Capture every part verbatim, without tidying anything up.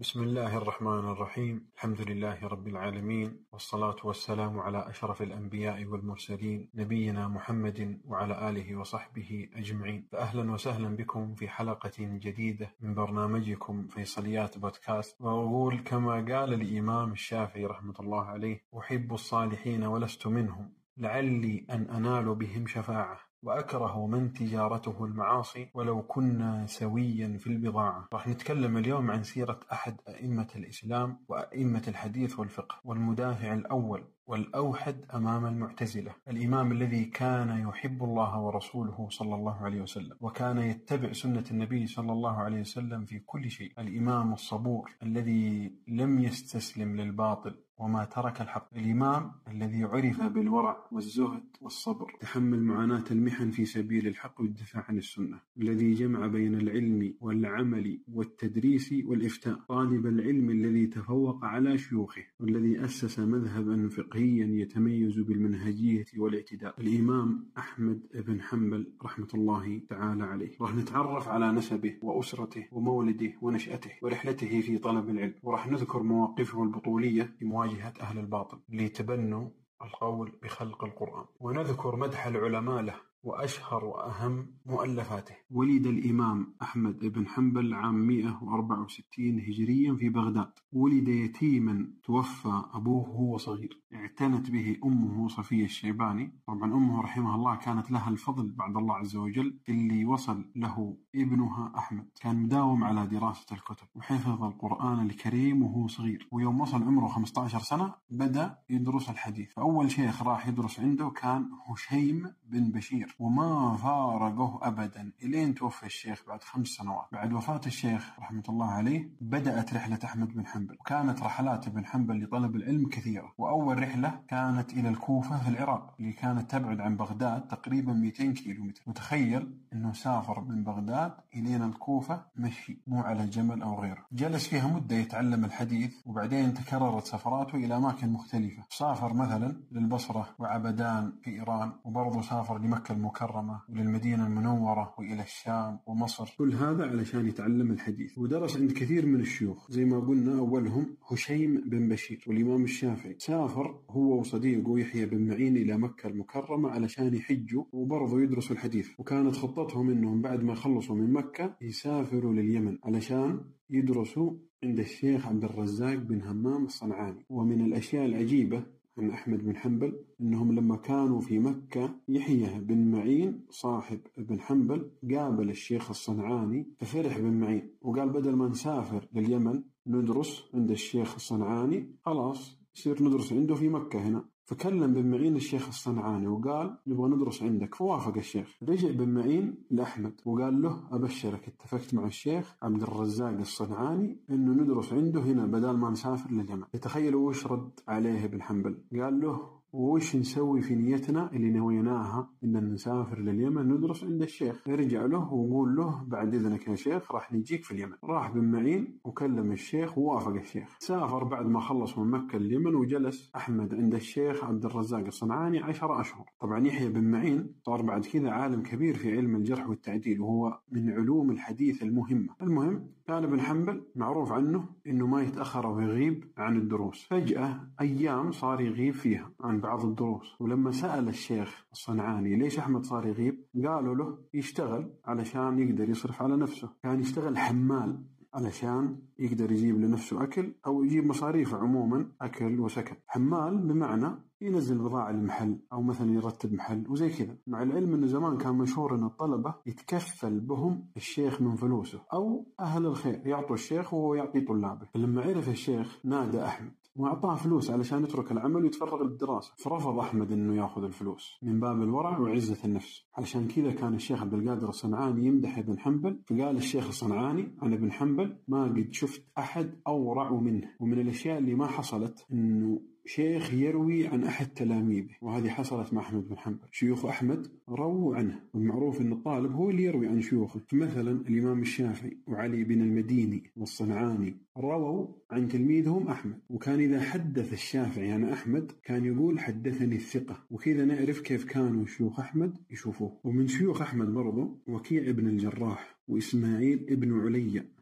بسم الله الرحمن الرحيم. الحمد لله رب العالمين، والصلاة والسلام على أشرف الأنبياء والمرسلين، نبينا محمد وعلى آله وصحبه أجمعين. فأهلا وسهلا بكم في حلقة جديدة من برنامجكم فيصليات بودكاست. وأقول كما قال الإمام الشافعي رحمة الله عليه: أحب الصالحين ولست منهم، لعلي أن أنال بهم شفاعة، وأكره من تجارته المعاصي ولو كنا سويا في البضاعة. راح نتكلم اليوم عن سيرة أحد أئمة الإسلام وأئمة الحديث والفقه، والمدافع الأول والأوحد أمام المعتزلة، الإمام الذي كان يحب الله ورسوله صلى الله عليه وسلم، وكان يتبع سنة النبي صلى الله عليه وسلم في كل شيء، الإمام الصبور الذي لم يستسلم للباطل وما ترك الحق، الإمام الذي عرف بالورع والزهد والصبر، تحمل معاناة المحن في سبيل الحق والدفاع عن السنة، الذي جمع بين العلم والعمل والتدريس والإفتاء، طالب العلم الذي تفوق على شيوخه، والذي أسس مذهبا فقهيا يتميز بالمنهجية والاعتدال، الإمام أحمد بن حنبل رحمة الله تعالى عليه. راح نتعرف على نسبه وأسرته ومولده ونشأته ورحلته في طلب العلم، وراح نذكر مواقفه البطولية في مواجهة أهل الباطل اللي تبنوا القول بخلق القرآن، ونذكر مدح العلماء له وأشهر وأهم مؤلفاته. ولد الإمام أحمد بن حنبل عام مئة وأربعة وستين هجريا في بغداد. ولد يتيما، توفى أبوه وهو صغير، اعتنت به أمه صفية الشيباني. طبعا أمه رحمها الله كانت لها الفضل بعد الله عز وجل اللي وصل له ابنها أحمد، كان مداوم على دراسة الكتب وحفظ القرآن الكريم وهو صغير، ويوم وصل عمره خمسة عشر سنة بدأ يدرس الحديث. فأول شيخ راح يدرس عنده كان هشيم بن بشير، وما فارقه أبدا إلين توفى الشيخ بعد خمس سنوات. بعد وفاة الشيخ رحمة الله عليه بدأت رحلة أحمد بن حنبل، وكانت رحلات ابن حنبل لطلب العلم كثيرة. وأول رحلة كانت إلى الكوفة في العراق، اللي كانت تبعد عن بغداد تقريبا مئتين كيلومتر. وتخيل أنه سافر من بغداد إلى الكوفة مشي، مو على الجمل أو غيره. جلس فيها مدة يتعلم الحديث، وبعدين تكررت سفراته إلى أماكن مختلفة. سافر مثلا للبصرة وعبدان في إيران، وبرضه سافر لمكة المكرمة وللمدينة المنورة وإلى الشام ومصر، كل هذا علشان يتعلم الحديث. ودرس عند كثير من الشيوخ زي ما قلنا، أولهم هشيم بن بشير والإمام الشافعي. سافر هو وصديقه يحيى بن معين إلى مكة المكرمة علشان يحجوا وبرضه يدرسوا الحديث، وكانت خطتهم إنهم بعد ما يخلصوا من مكة يسافروا لليمن علشان يدرسوا عند الشيخ عبد الرزاق بن همام الصنعاني. ومن الأشياء العجيبة عن أحمد بن حنبل أنهم لما كانوا في مكة، يحيى بن معين صاحب ابن حنبل قابل الشيخ الصنعاني، ففرح بن معين وقال بدل ما نسافر لليمن ندرس عند الشيخ الصنعاني، خلاص يصير ندرس عنده في مكة هنا. فكلم بن معين الشيخ الصنعاني وقال نبغى ندرس عندك، فوافق الشيخ. رجع بن معين لأحمد وقال له أبشرك، اتفقت مع الشيخ عبد الرزاق الصنعاني إنه ندرس عنده هنا بدل ما نسافر لليمن. تخيلوا وش رد عليه ابن حنبل، قال له وش نسوي في نيتنا اللي نويناها إن نسافر لليمن ندرس عند الشيخ؟ ارجع له وقول له بعد إذنك يا شيخ راح نجيك في اليمن. راح بن معين وكلم الشيخ ووافق الشيخ. سافر بعد ما خلص من مكة اليمن، وجلس أحمد عند الشيخ عبد الرزاق الصنعاني عشر أشهر. طبعا يحيى بن معين صار بعد كذا عالم كبير في علم الجرح والتعديل، وهو من علوم الحديث المهمة. المهم كان ابن حنبل معروف عنه إنه ما يتأخر ويغيب عن الدروس. فجأة أيام صار يغيب فيها عن بعض الدروس، ولما سأل الشيخ الصنعاني ليش أحمد صار يغيب، قالوا له يشتغل علشان يقدر يصرف على نفسه. كان يشتغل حمال علشان يقدر يجيب لنفسه أكل أو يجيب مصاريف عموما، أكل وسكن. حمال بمعنى ينزل بضاعة المحل أو مثلا يرتب محل وزي كذا. مع العلم أنه زمان كان مشهور أن الطلبة يتكفل بهم الشيخ من فلوسه، أو أهل الخير يعطوا الشيخ وهو يعطي طلابه. فلما عرف الشيخ نادى أحمد وأعطاه فلوس علشان يترك العمل ويتفرغ للدراسة، فرفض أحمد أنه يأخذ الفلوس من باب الورع وعزة النفس. علشان كذا كان الشيخ عبد القادر الصنعاني يمدح ابن حنبل، فقال الشيخ الصنعاني عن ابن حنبل ما قد شفت أحد أورع منه. ومن الأشياء اللي ما حصلت أنه شيخ يروي عن أحد تلاميذه، وهذه حصلت مع أحمد بن حنبل. شيوخ أحمد رووا عنه، والمعروف أن الطالب هو اللي يروي عن شيوخه. فمثلا الإمام الشافعي وعلي بن المديني والصنعاني رووا عن تلميذهم أحمد، وكان إذا حدث الشافعي عن أحمد كان يقول حدثني الثقة. وكذا نعرف كيف كانوا شيوخ أحمد يشوفوه. ومن شيوخ أحمد برضو وكيع بن الجراح وإسماعيل ابن علي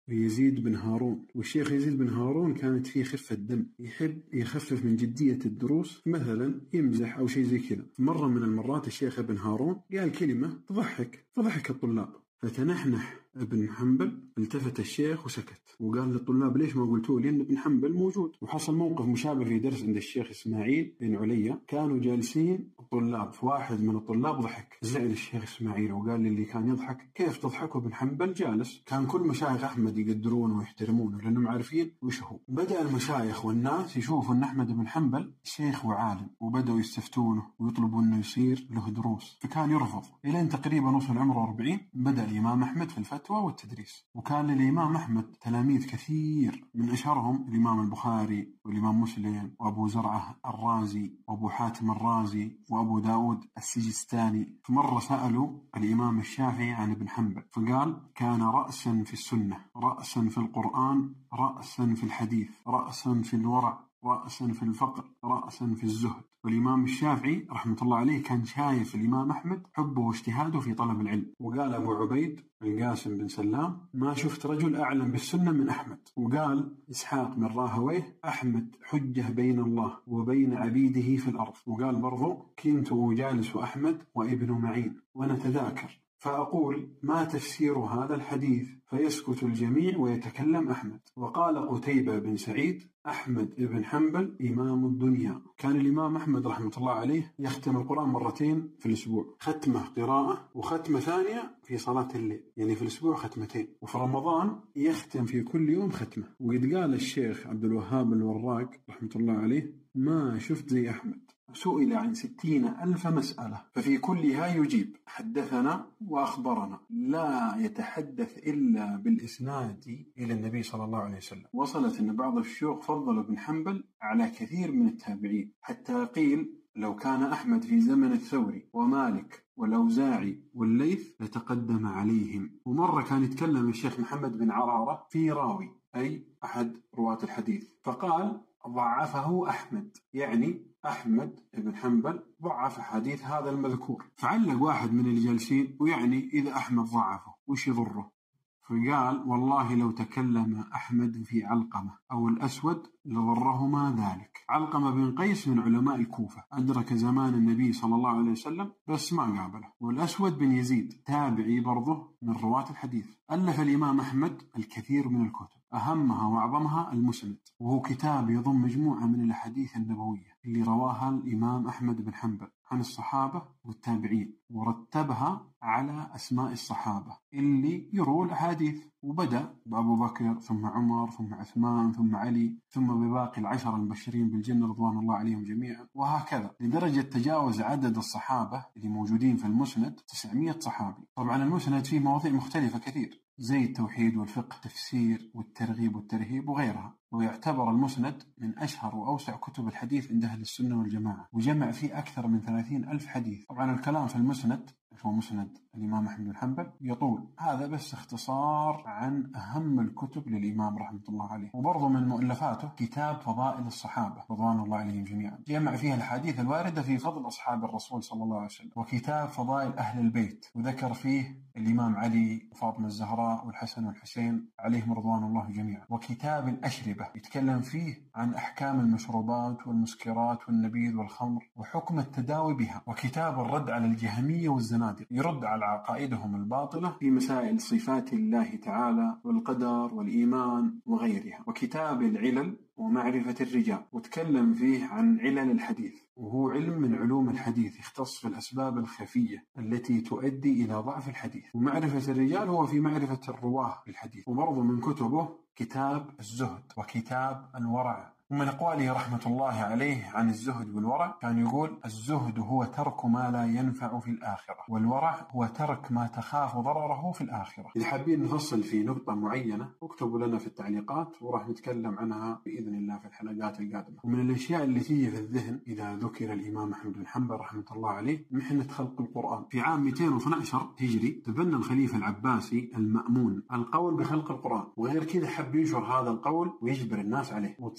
ويزيد بن هارون. والشيخ يزيد بن هارون كانت فيه خفة دم، يحب يخفف من جدية الدروس، مثلا يمزح أو شيء زي كذا. مرة من المرات الشيخ ابن هارون قال كلمة تضحك تضحك الطلاب، فتنحنح ابن حنبل، التفت الشيخ وسكت وقال للطلاب ليش ما قلتوا لي ان ابن حنبل موجود؟ وحصل موقف مشابه في درس عند الشيخ اسماعيل بن عليا، كانوا جالسين الطلاب، فواحد من الطلاب ضحك، زعل الشيخ اسماعيل وقال للي كان يضحك كيف تضحك وابن حنبل جالس؟ كان كل مشايخ احمد يقدرونه ويحترمونه لانهم عارفين وش هو. بدا المشايخ والناس يشوفوا ان احمد بن حنبل شيخ وعالم، وبداوا يستفتونه ويطلبوا انه يصير له دروس، فكان يرفض الين تقريبا وصل عمره أربعين. بدا الامام احمد في الفتوى والتدريس، وكان للإمام أحمد تلاميذ كثير، من أشهرهم الإمام البخاري والإمام مسلم وأبو زرعة الرازي وأبو حاتم الرازي وأبو داود السجستاني. فمرة سألوا الإمام الشافعي عن ابن حنبل فقال كان رأسا في السنة، رأسا في القرآن، رأسا في الحديث، رأسا في الورع، رأسا في الفقر، رأسا في الزهد. والإمام الشافعي رحمة الله عليه كان شايف الإمام أحمد حبه واجتهاده في طلب العلم. وقال أبو عبيد القاسم بن سلام ما شفت رجل أعلم بالسنة من أحمد. وقال إسحاق من راهويه أحمد حجة بين الله وبين عبيده في الأرض. وقال برضو كنت أجالس أحمد وابن معين ونتذاكر فأقول ما تفسير هذا الحديث؟ فيسكت الجميع ويتكلم أحمد. وقال قتيبة بن سعيد أحمد بن حنبل إمام الدنيا. كان الإمام أحمد رحمة الله عليه يختم القرآن مرتين في الأسبوع، ختمة قراءة وختمة ثانية في صلاة الليل، يعني في الأسبوع ختمتين. وفي رمضان يختم في كل يوم ختمة. وقد قال الشيخ عبد الوهاب الوراق رحمة الله عليه ما شفت زي أحمد، سئل عن ستين ألف مسألة ففي كلها يجيب حدثنا وأخبرنا، لا يتحدث إلا بالإسناد إلى النبي صلى الله عليه وسلم. وصلت أن بعض الشيوخ فضل ابن حنبل على كثير من التابعين، حتى قيل لو كان أحمد في زمن الثوري ومالك والأوزاعي والليث لتقدم عليهم. ومرة كان يتكلم الشيخ محمد بن عرارة في راوي، أي أحد رواة الحديث، فقال ضعفه أحمد، يعني أحمد بن حنبل ضعف حديث هذا المذكور. فعلق واحد من الجالسين ويعني إذا أحمد ضعفه وش يضره؟ فقال والله لو تكلم أحمد في علقمة أو الأسود لضرهما ذلك. علقمة بن قيس من علماء الكوفة، أدرك زمان النبي صلى الله عليه وسلم بس ما قابله. والأسود بن يزيد تابعي برضه من رواة الحديث. ألف الإمام أحمد الكثير من الكتب، أهمها وأعظمها المسند، وهو كتاب يضم مجموعة من الأحاديث النبوية اللي رواها الإمام أحمد بن حنبل عن الصحابة والتابعين، ورتبها على أسماء الصحابة اللي يرووا الأحاديث، وبدأ بأبو بكر ثم عمر ثم عثمان ثم علي ثم بباقي العشر المبشرين بالجنة رضوان الله عليهم جميعا، وهكذا لدرجة تجاوز عدد الصحابة اللي موجودين في المسند تسعمائة صحابي. طبعا المسند فيه مواضيع مختلفة كثير زي التوحيد والفقه التفسير والترغيب والترهيب وغيرها، ويعتبر المسند من أشهر وأوسع كتب الحديث عند أهل السنة والجماعة، وجمع فيه أكثر من ثلاثين ألف حديث. طبعا الكلام في المسند هو مسند الإمام أحمد بن حنبل يطول، هذا بس اختصار عن أهم الكتب للإمام رحمة الله عليه. وبرضه من مؤلفاته كتاب فضائل الصحابة رضوان الله عليهم جميعا، جمع فيها الحديث الواردة في فضل أصحاب الرسول صلى الله عليه وسلم. وكتاب فضائل أهل البيت، وذكر فيه الإمام علي وفاطمة الزهراء والحسن والحسين عليهم رضوان الله جميعا. وكتاب الأشربة يتكلم فيه عن أحكام المشروبات والمسكرات والنبيذ والخمر وحكم التداوي بها. وكتاب الرد على الجهمية والزنادقة يرد على عقائدهم الباطلة في مسائل صفات الله تعالى والقدر والإيمان وغيرها. وكتاب العلل ومعرفة الرجال، وتكلم فيه عن علل الحديث، وهو علم من علوم الحديث يختص في الأسباب الخفية التي تؤدي إلى ضعف الحديث. ومعرفة الرجال هو في معرفة الرواه بالحديث. وبرضه من كتبه كتاب الزهد وكتاب الورع. ومن أقواله رحمة الله عليه عن الزهد والورع كان يقول الزهد هو ترك ما لا ينفع في الآخرة، والورع هو ترك ما تخاف ضرره في الآخرة. إذا حابين نفصل في نقطة معينة اكتبوا لنا في التعليقات وراح نتكلم عنها بإذن الله في الحلقات القادمة. ومن الأشياء اللي تيجي في الذهن إذا ذكر الإمام أحمد بن حنبل رحمة الله عليه محنة خلق القرآن. في عام مئتين واثني عشر هجري تبنى الخليفة العباسي المأمون القول بخلق القرآن، وغير كذا حب ينشر هذا القول ويجبر الناس عليه، وتصير من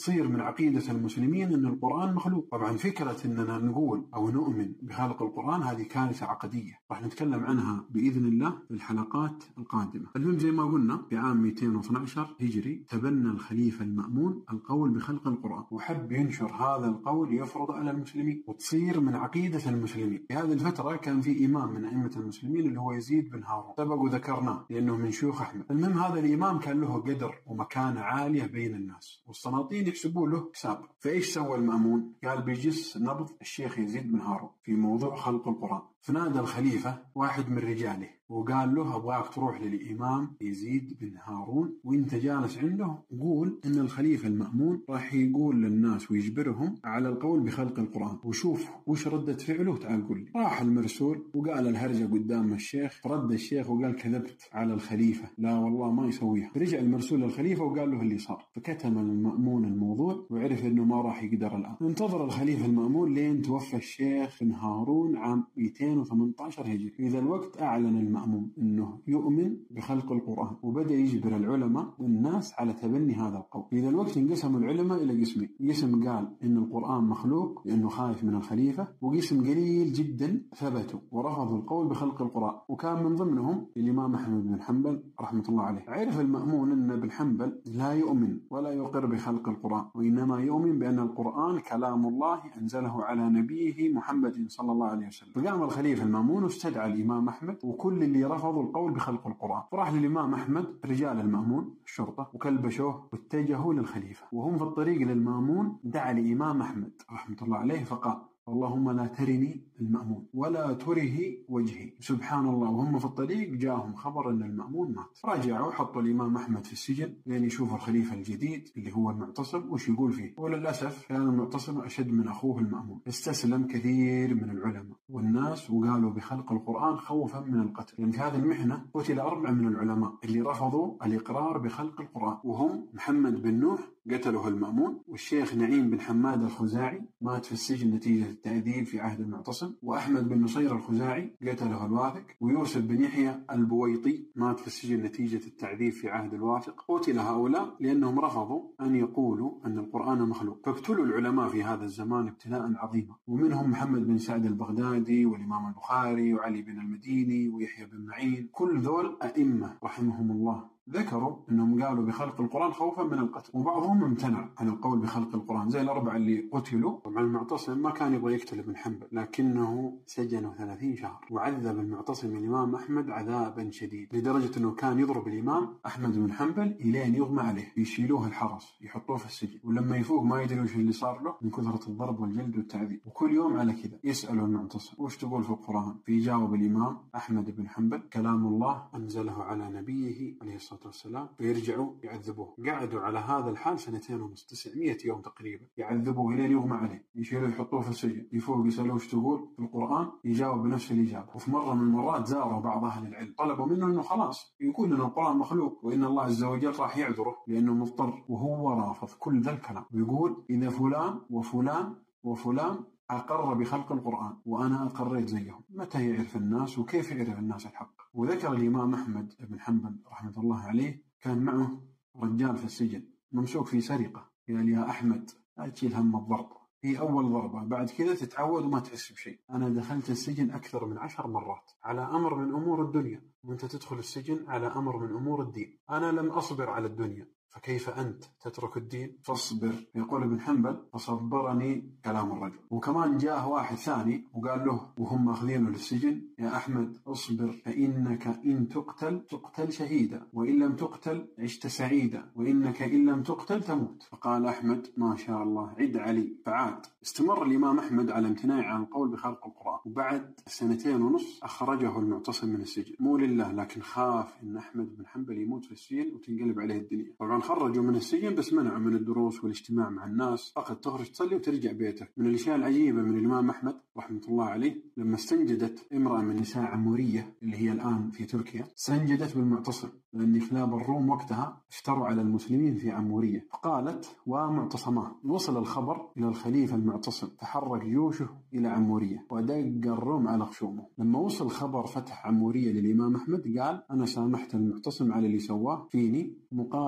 عقيدة المسلمين أن القرآن مخلوق. طبعا فكرة أننا نقول أو نؤمن بخلق القرآن هذه كارثة عقدية راح نتكلم عنها بإذن الله في الحلقات القادمة. المهم زي ما قلنا في عام مئتين واثني عشر هجري تبنى الخليفة المأمون القول بخلق القرآن، وحب ينشر هذا القول يفرض على المسلمين وتصير من عقيدة المسلمين. في هذه الفترة كان في إمام من أئمة المسلمين اللي هو يزيد بن هارون، سبق وذكرناه لأنه من شيوخ أحمد. المهم هذا الإمام كان له قدر ومكانة عالية بين الناس، والسلاطين يحسبوا له حساب. فإيش سوى المأمون؟ قال بيجس نبض الشيخ يزيد بن هارون في موضوع خلق القرآن. فنادى الخليفة واحد من رجاله وقال له أبغاك تروح للإمام يزيد بن هارون وإنت جالس عنده قول إن الخليفة المأمون راح يقول للناس ويجبرهم على القول بخلق القرآن، وشوف وش ردة فعله تعال قل لي. راح المرسول وقال الهرجة قدام الشيخ، رد الشيخ وقال كذبت على الخليفة، لا والله ما يسويها. رجع المرسول للخليفة وقال له اللي صار، فكتم المأمون الموضوع وعرف إنه ما راح يقدر الآن. انتظر الخليفة المأمون لين توفى الشيخ بن هارون عام مئتين وثمانية عشر هجري. في ذا الوقت أعلن المأمون أنه يؤمن بخلق القرآن، وبدأ يجبر العلماء والناس على تبني هذا القول. في ذا الوقت انقسم العلماء إلى قسمين، قسم قال إن القرآن مخلوق لأنه خايف من الخليفة، وقسم قليل جدا ثبتوا ورفضوا القول بخلق القرآن، وكان من ضمنهم الإمام أحمد بن حنبل رحمة الله عليه. عرف المأمون أن ابن حنبل لا يؤمن ولا يقر بخلق القرآن، وإنما يؤمن بأن القرآن كلام الله أنزله على نبيه محمد صلى الله عليه وسلم. فقام الخليفة المأمون واستدعى الإمام أحمد وكل اللي رفضوا القول بخلق القرآن، فراح للإمام أحمد رجال المأمون الشرطة وكلبشوه واتجهوا للخليفة. وهم في الطريق للمأمون دعا الإمام أحمد رحمة الله عليه فقال اللهم لا ترني المأمون ولا تره وجهي. سبحان الله، وهم في الطريق جاءهم خبر أن المأمون مات. رجعوا حطوا الإمام أحمد في السجن لين يشوفوا الخليفة الجديد اللي هو المعتصم وش يقول فيه. وللأسف كان المعتصم أشد من أخوه المأمون. استسلم كثير من العلماء والناس وقالوا بخلق القرآن خوفا من القتل، لأن يعني في هذه المحنة قتل أربعة من العلماء اللي رفضوا الإقرار بخلق القرآن، وهم محمد بن نوح قتله المأمون، والشيخ نعيم بن حماد الخزاعي مات في السجن نتيجة التعذيب في عهد المعتصم، وأحمد بن نصير الخزاعي قتله الواثق، ويوسف بن يحيى البويطي مات في السجن نتيجة التعذيب في عهد الواثق. قتل هؤلاء لأنهم رفضوا أن يقولوا أن القرآن مخلوق. فابتلوا العلماء في هذا الزمان ابتلاء عظيما، ومنهم محمد بن سعد البغدادي والإمام البخاري وعلي بن المديني ويحيى بن معين. كل ذول أئمة رحمهم الله ذكروا أنهم قالوا بخلق القرآن خوفا من القتل، وبعضهم امتنع عن القول بخلق القرآن زي الأربعة اللي قتلوا. طبعا المعتصم ما كان يبغى يقتل ابن حنبل لكنه سجنه ثلاثين شهر، وعذب المعتصم الإمام أحمد عذابا شديد لدرجة أنه كان يضرب الإمام أحمد بن حنبل إلين يغمى عليه، يشيلوه الحرس يحطوه في السجن، ولما يفوق ما يدري وش اللي صار له من كثرة الضرب والجلد والتعذيب. وكل يوم على كذا يسألوا المعتصم وش تقول في القرآن، فيجاوب الإمام أحمد بن حنبل كلام الله أنزله على نبيه عليه الصلاة والسلام، فيرجعوا يعذبوه. قعدوا على هذا الحال سنتين ونص، تسعمية يوم تقريبا يعذبوه إلين يغمى عليه، يشيلوه يحطوه في السجن، يفوق يسألوه وش تقول في القرآن يجاوب بنفس الإجابة. وفي مرة من المرات زاروا بعض أهل العلم طلبوا منه إنه خلاص يقول إن القرآن مخلوق وإن الله عز وجل راح يعذره لأنه مضطر، وهو رافض كل ذا الكلام، ويقول إذا فلان وفلان وفلان أقر بخلق القرآن وأنا أقريت زيهم، متى يعرف الناس وكيف يعرف الناس الحق؟ وذكر الإمام أحمد بن حنبل رحمة الله عليه كان معه رجال في السجن ممسوك في سرقة، قال يا أحمد لا تشيل هم الضرب، هي أول ضربة بعد كذا تتعود وما تحس بشيء. أنا دخلت السجن أكثر من عشر مرات على أمر من أمور الدنيا، وأنت تدخل السجن على أمر من أمور الدين. أنا لم أصبر على الدنيا فكيف أنت تترك الدين؟ فاصبر. يقول ابن حنبل فصبرني كلام الرجل. وكمان جاء واحد ثاني وقال له وهم أخذينه للسجن يا أحمد اصبر فإنك إن تقتل تقتل شهيدا وإن لم تقتل عشت سعيدا وإنك إن لم تقتل تموت. فقال أحمد ما شاء الله عد علي، فعاد. استمر الإمام أحمد على امتناع عن القول بخلق القرآن، وبعد سنتين ونص أخرجه المعتصم من السجن، مو لله لكن خاف إن أحمد بن حنبل يموت في السجن وتنقلب عليه الدنيا. طبعا خرجوا من السجن بس منعوا من الدروس والاجتماع مع الناس، فقط تخرج تصلي وترجع بيتك. من الأشياء العجيبة من الإمام أحمد رحمة الله عليه لما استنجدت امرأة من نساء عمورية اللي هي الآن في تركيا، استنجدت بالمعتصم لأن كلاب الروم وقتها اشتروا على المسلمين في عمورية، فقالت ومعتصماه. وصل الخبر إلى الخليفة المعتصم فحرك جيوشه إلى عمورية ودق الروم على خشومه. لما وصل خبر فتح عمورية للإمام أحمد قال أنا سامحت المعتصم على اللي سواه فيني مقابل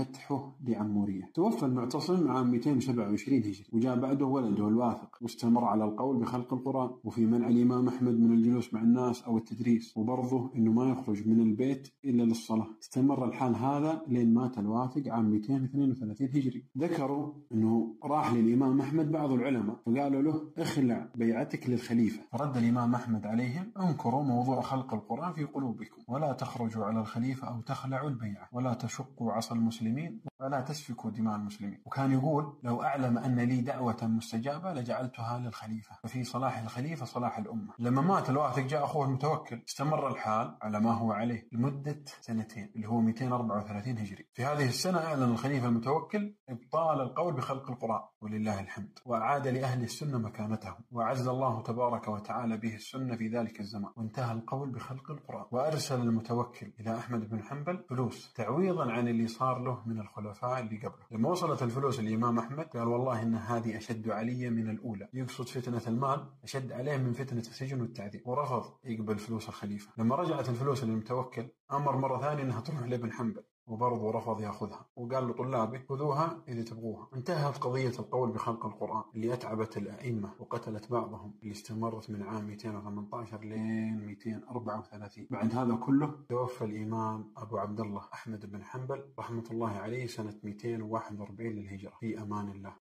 فتحه لعمورية. توفى المعتصم عام مئتين وسبعة وعشرين هجري، وجاء بعده ولده الواثق، واستمر على القول بخلق القرآن وفي منع الإمام أحمد من الجلوس مع الناس أو التدريس، وبرضه إنه ما يخرج من البيت إلا للصلاة. استمر الحال هذا لين مات الواثق عام مئتين واثنين وثلاثين هجري. ذكروا إنه راح للإمام أحمد بعض العلماء فقالوا له اخلع بيعتك للخليفة، فرد الإمام أحمد عليهم: انكروا موضوع خلق القرآن في قلوبكم، ولا تخرجوا على الخليفة أو تخلعوا البيعة، ولا تشقوا عصا المسلمين، ولا تسفكوا دماء المسلمين. وكان يقول: لو أعلم أن لي دعوة مستجابة لجعلتها للخليفة، ففي صلاح الخليفة صلاح الأمة. لما مات الواثق جاء أخوه المتوكل، استمر الحال على ما هو عليه لمدة سنتين اللي هو مئتين وأربعة وثلاثين هجري. في هذه السنة أعلن الخليفة المتوكل إبطال القول بخلق القرآن ولله الحمد، وأعاد لأهل السنة مكانتهم، وأعز الله تبارك وتعالى به السنة في ذلك الزمان، وانتهى القول بخلق القرآن. وأرسل المتوكل إلى أحمد بن حنبل فلوس تعويضا عن اللي صار له من الخلفاء اللي قبله. لما وصلت الفلوس للإمام أحمد قال: والله إن هذه أشد علي من الأولى، يقصد فتنة المال أشد عليه من فتنة السجن والتعذيب، ورفض يقبل فلوس الخليفة. لما رجعت الفلوس للمتوكل أمر مرة ثانية أنها تروح لابن حنبل، وبرضه رفض ياخذها، وقال لطلابه: خذوها إذا تبغوها. انتهت قضية القول بخلق القرآن اللي أتعبت الأئمة وقتلت بعضهم، اللي استمرت من عام مئتين وثمانية عشر لين مئتين وأربعة وثلاثين. بعد هذا كله توفى الإمام أبو عبد الله أحمد بن حنبل رحمة الله عليه سنة مئتين وواحد وأربعين للهجرة في أمان الله.